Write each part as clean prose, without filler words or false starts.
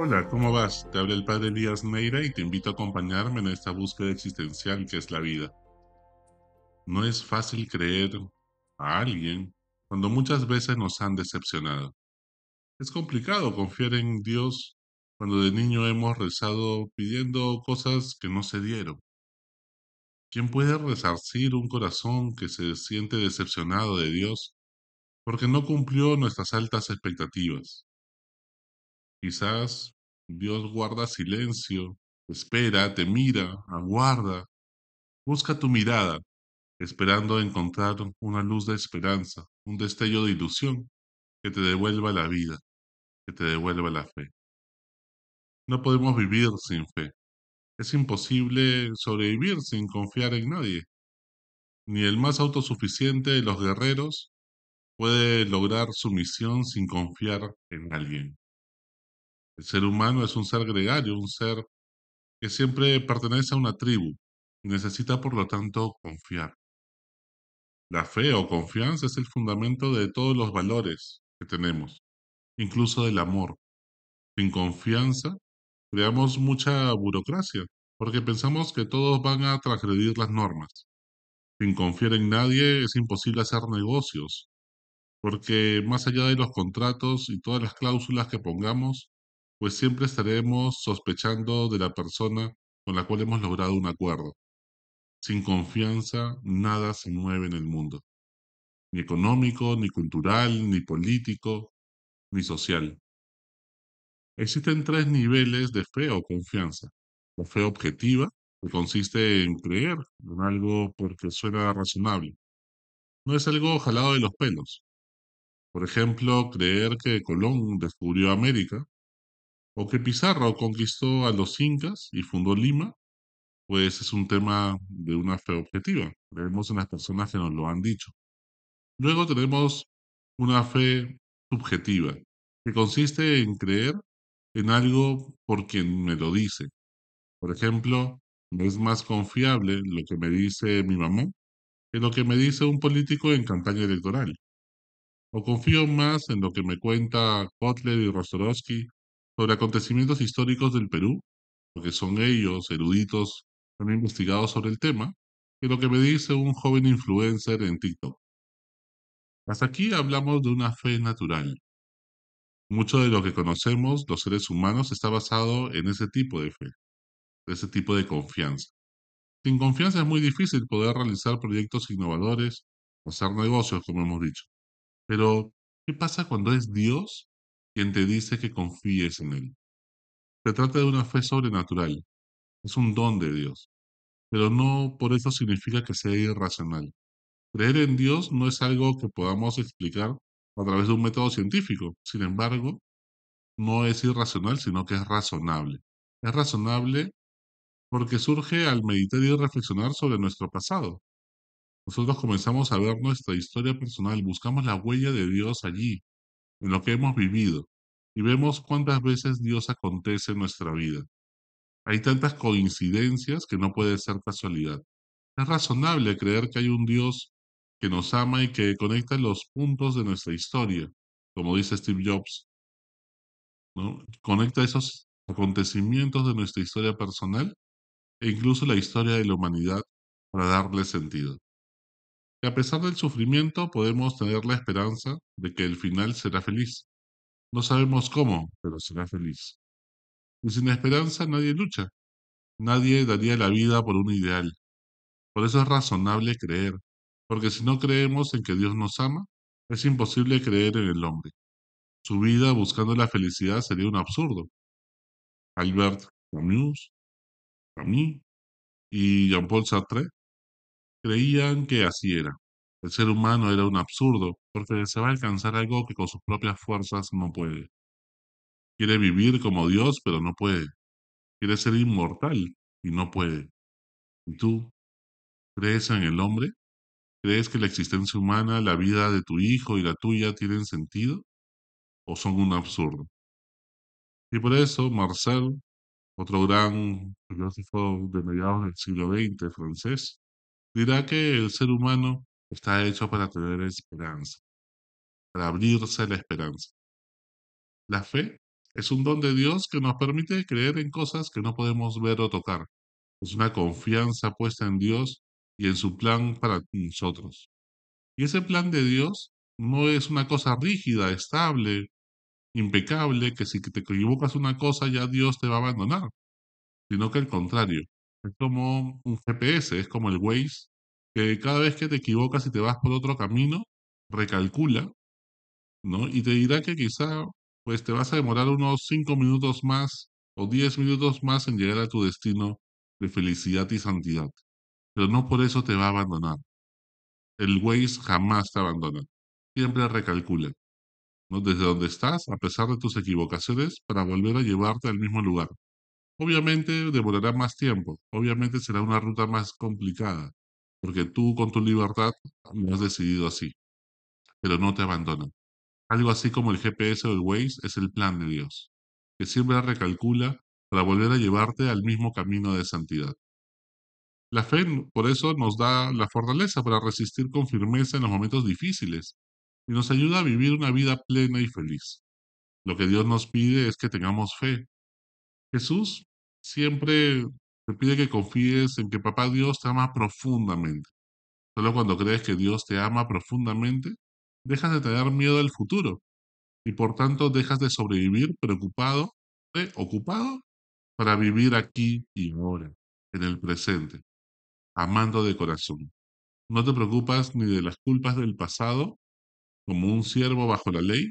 Hola, ¿cómo vas? Te habla el padre Elías Neira y te invito a acompañarme en esta búsqueda existencial que es la vida. No es fácil creer a alguien cuando muchas veces nos han decepcionado. Es complicado confiar en Dios cuando de niño hemos rezado pidiendo cosas que no se dieron. ¿Quién puede resarcir un corazón que se siente decepcionado de Dios porque no cumplió nuestras altas expectativas? Quizás Dios guarda silencio, espera, te mira, aguarda, busca tu mirada, esperando encontrar una luz de esperanza, un destello de ilusión que te devuelva la vida, que te devuelva la fe. No podemos vivir sin fe. Es imposible sobrevivir sin confiar en nadie. Ni el más autosuficiente de los guerreros puede lograr su misión sin confiar en alguien. El ser humano es un ser gregario, un ser que siempre pertenece a una tribu y necesita por lo tanto confiar. La fe o confianza es el fundamento de todos los valores que tenemos, incluso del amor. Sin confianza, creamos mucha burocracia, porque pensamos que todos van a transgredir las normas. Sin confiar en nadie es imposible hacer negocios, porque más allá de los contratos y todas las cláusulas que pongamos, pues siempre estaremos sospechando de la persona con la cual hemos logrado un acuerdo. Sin confianza, nada se mueve en el mundo, ni económico, ni cultural, ni político, ni social. Existen tres niveles de fe o confianza. La fe objetiva, que consiste en creer en algo porque suena razonable. No es algo jalado de los pelos. Por ejemplo, creer que Colón descubrió América o que Pizarro conquistó a los incas y fundó Lima, pues es un tema de una fe objetiva. Creemos en las personas que nos lo han dicho. Luego tenemos una fe subjetiva, que consiste en creer en algo por quien me lo dice. Por ejemplo, me es más confiable lo que me dice mi mamá que lo que me dice un político en campaña electoral. O confío más en lo que me cuenta Kotler y Rostorowski sobre acontecimientos históricos del Perú, porque son ellos, eruditos, que han investigado sobre el tema, que lo que me dice un joven influencer en TikTok. Hasta aquí hablamos de una fe natural. Mucho de lo que conocemos los seres humanos está basado en ese tipo de fe, ese tipo de confianza. Sin confianza es muy difícil poder realizar proyectos innovadores o hacer negocios, como hemos dicho. Pero, ¿qué pasa cuando es Dios quien te dice que confíes en Él? Se trata de una fe sobrenatural, es un don de Dios, pero no por eso significa que sea irracional. Creer en Dios no es algo que podamos explicar a través de un método científico. Sin embargo, no es irracional, sino que es razonable. Es razonable porque surge al meditar y reflexionar sobre nuestro pasado. Nosotros comenzamos a ver nuestra historia personal, buscamos la huella de Dios allí, en lo que hemos vivido, y vemos cuántas veces Dios acontece en nuestra vida. Hay tantas coincidencias que no puede ser casualidad. Es razonable creer que hay un Dios que nos ama y que conecta los puntos de nuestra historia, como dice Steve Jobs, ¿no? Conecta esos acontecimientos de nuestra historia personal e incluso la historia de la humanidad para darle sentido. Y a pesar del sufrimiento podemos tener la esperanza de que el final será feliz. No sabemos cómo, pero será feliz. Y sin esperanza nadie lucha, nadie daría la vida por un ideal. Por eso es razonable creer, porque si no creemos en que Dios nos ama, es imposible creer en el hombre. Su vida buscando la felicidad sería un absurdo. Albert Camus, Camus y Jean-Paul Sartre creían que así era. El ser humano era un absurdo porque deseaba alcanzar algo que con sus propias fuerzas no puede. Quiere vivir como Dios, pero no puede. Quiere ser inmortal y no puede. ¿Y tú crees en el hombre? ¿Crees que la existencia humana, la vida de tu hijo y la tuya tienen sentido o son un absurdo? Y por eso Marcel, otro gran filósofo de mediados del siglo XX francés, dirá que el ser humano está hecho para tener esperanza, para abrirse a la esperanza. La fe Es un don de Dios que nos permite creer en cosas que no podemos ver o tocar. Es una confianza puesta en Dios y en su plan para nosotros. Y ese plan de Dios no es una cosa rígida, estable, impecable, que si te equivocas una cosa ya Dios te va a abandonar, sino que al contrario. Es como un GPS, es como el Waze, que cada vez que te equivocas y te vas por otro camino, recalcula, ¿no? Y te dirá que quizá pues te vas a demorar unos 5 minutos más o 10 minutos más en llegar a tu destino de felicidad y santidad. Pero no por eso te va a abandonar. El Waze jamás te abandona. Siempre recalcula, ¿no? Desde donde estás, a pesar de tus equivocaciones, para volver a llevarte al mismo lugar. Obviamente demorará más tiempo, obviamente será una ruta más complicada, porque tú con tu libertad lo has decidido así, pero no te abandona. Algo así como el GPS o el Waze es el plan de Dios, que siempre recalcula para volver a llevarte al mismo camino de santidad. La fe, por eso, nos da la fortaleza para resistir con firmeza en los momentos difíciles y nos ayuda a vivir una vida plena y feliz. Lo que Dios nos pide es que tengamos fe. Jesús siempre te pide que confíes en que Papá Dios te ama profundamente. Solo cuando crees que Dios te ama profundamente, dejas de tener miedo al futuro y por tanto dejas de sobrevivir preocupado, ocupado para vivir aquí y ahora, en el presente, amando de corazón. No te preocupas ni de las culpas del pasado como un siervo bajo la ley,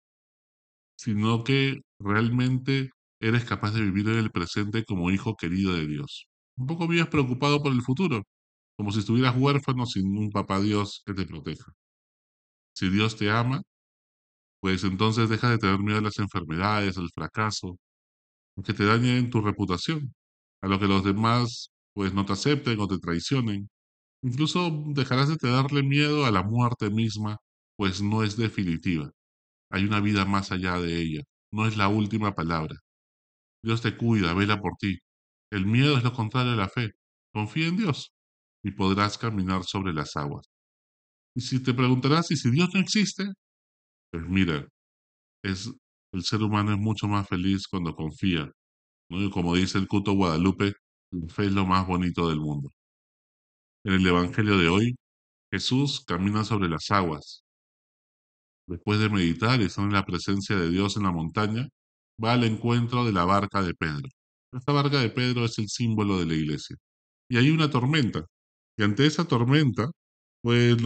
sino que realmente eres capaz de vivir en el presente como hijo querido de Dios. Un poco vives preocupado por el futuro, como si estuvieras huérfano sin un papá Dios que te proteja. Si Dios te ama, pues entonces deja de tener miedo a las enfermedades, al fracaso, a que te dañen tu reputación, a lo que los demás pues no te acepten o te traicionen. Incluso dejarás de tenerle miedo a la muerte misma, pues no es definitiva. Hay una vida más allá de ella. No es la última palabra. Dios te cuida, vela por ti. El miedo es lo contrario de la fe. Confía en Dios y podrás caminar sobre las aguas. Y si te preguntarás, ¿y si Dios no existe? Pues mira, es, el ser humano es mucho más feliz cuando confía, ¿no? Y como dice el Cuto Guadalupe, la fe es lo más bonito del mundo. En el Evangelio de hoy, Jesús camina sobre las aguas. Después de meditar y estar en la presencia de Dios en la montaña, va al encuentro de la barca de Pedro. Esta barca de Pedro es el símbolo de la iglesia. Y hay una tormenta. Y ante esa tormenta, pues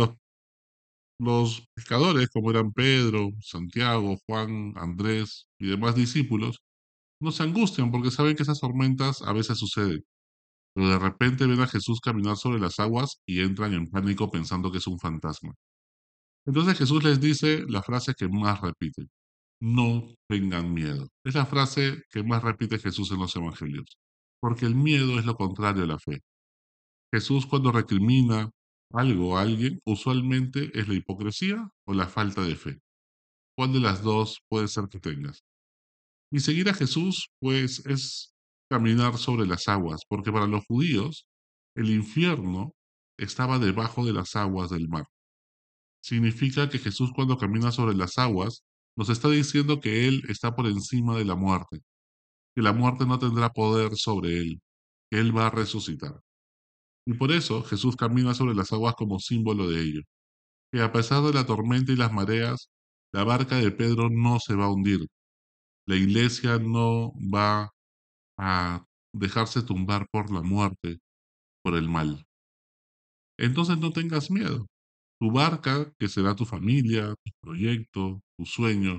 los pescadores, como eran Pedro, Santiago, Juan, Andrés y demás discípulos, no se angustian porque saben que esas tormentas a veces suceden. Pero de repente ven a Jesús caminar sobre las aguas y entran en pánico pensando que es un fantasma. Entonces Jesús les dice la frase que más repite: no tengan miedo. Es la frase que más repite Jesús en los evangelios, porque el miedo es lo contrario a la fe. Jesús, cuando recrimina algo a alguien, usualmente es la hipocresía o la falta de fe. ¿Cuál de las dos puede ser que tengas? Y seguir a Jesús, pues, es caminar sobre las aguas, porque para los judíos el infierno estaba debajo de las aguas del mar. Significa que Jesús, cuando camina sobre las aguas, nos está diciendo que Él está por encima de la muerte, que la muerte no tendrá poder sobre Él, que Él va a resucitar. Y por eso Jesús camina sobre las aguas como símbolo de ello, que a pesar de la tormenta y las mareas, la barca de Pedro no se va a hundir. La iglesia no va a dejarse tumbar por la muerte, por el mal. Entonces no tengas miedo. Tu barca, que será tu familia, tu proyecto, tu sueño,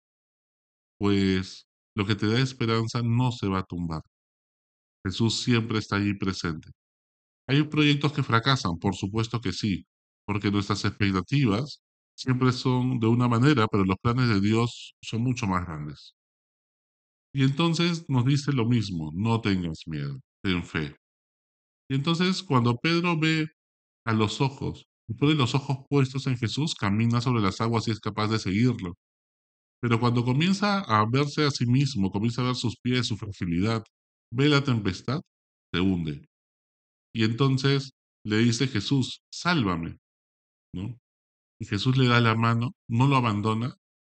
pues lo que te da esperanza no se va a tumbar. Jesús siempre está allí presente. ¿Hay proyectos que fracasan? Por supuesto que sí, porque nuestras expectativas siempre son de una manera, pero los planes de Dios son mucho más grandes. Y entonces nos dice lo mismo: no tengas miedo, ten fe. Y entonces cuando Pedro ve a los ojos y pone los ojos puestos en Jesús, camina sobre las aguas y es capaz de seguirlo. Pero cuando comienza a verse a sí mismo, comienza a ver sus pies, su fragilidad, ve la tempestad, se hunde. Y entonces le dice: Jesús, sálvame, ¿no? Y Jesús le da la mano, no lo abandona,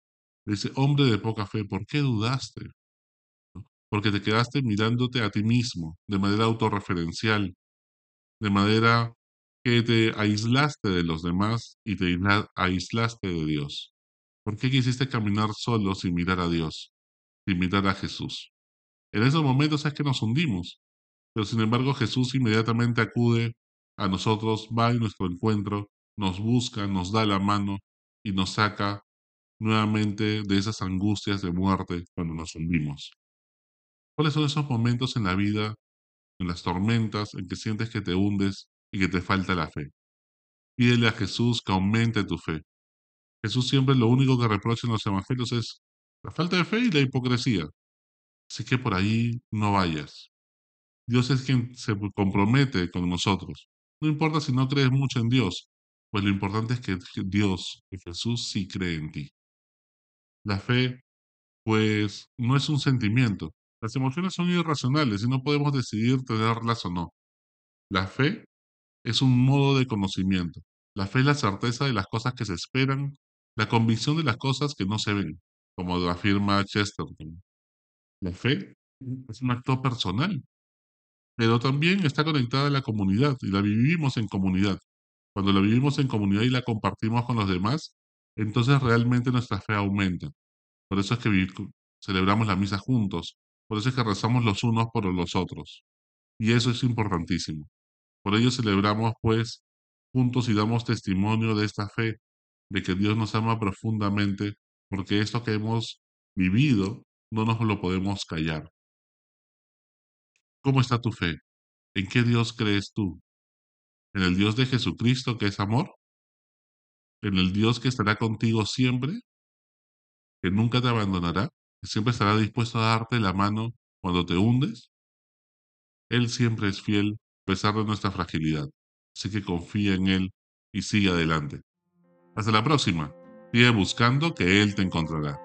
Le dice, hombre de poca fe, ¿por qué dudaste? Porque te quedaste mirándote a ti mismo de manera autorreferencial, de manera que te aislaste de los demás y te aislaste de Dios. ¿Por qué quisiste caminar solo sin mirar a Dios, sin mirar a Jesús? En esos momentos es que nos hundimos, pero sin embargo Jesús inmediatamente acude a nosotros, va en nuestro encuentro, nos busca, nos da la mano y nos saca nuevamente de esas angustias de muerte cuando nos hundimos. ¿Cuáles son esos momentos en la vida, en las tormentas, en que sientes que te hundes y que te falta la fe? Pídele a Jesús que aumente tu fe. Jesús siempre lo único que reprocha en los evangelios es la falta de fe y la hipocresía. Así que por ahí no vayas. Dios es quien se compromete con nosotros. No importa si no crees mucho en Dios, pues lo importante es que Dios, que Jesús sí cree en ti. La fe, pues, no es un sentimiento. Las emociones son irracionales y no podemos decidir tenerlas o no. La fe es un modo de conocimiento. La fe es la certeza de las cosas que se esperan, la convicción de las cosas que no se ven, como lo afirma Chesterton. La fe es un acto personal, pero también está conectada a la comunidad y la vivimos en comunidad. Cuando la vivimos en comunidad y la compartimos con los demás, entonces realmente nuestra fe aumenta. Por eso es que celebramos la misa juntos, por eso es que rezamos los unos por los otros. Y eso es importantísimo. Por ello celebramos, pues, juntos y damos testimonio de esta fe, de que Dios nos ama profundamente, porque esto que hemos vivido no nos lo podemos callar. ¿Cómo está tu fe? ¿En qué Dios crees tú? ¿En el Dios de Jesucristo que es amor? ¿En el Dios que estará contigo siempre? ¿Que nunca te abandonará? ¿Que siempre estará dispuesto a darte la mano cuando te hundes? Él siempre es fiel a pesar de nuestra fragilidad. Así que confía en Él y sigue adelante. Hasta la próxima. Sigue buscando que Él te encontrará.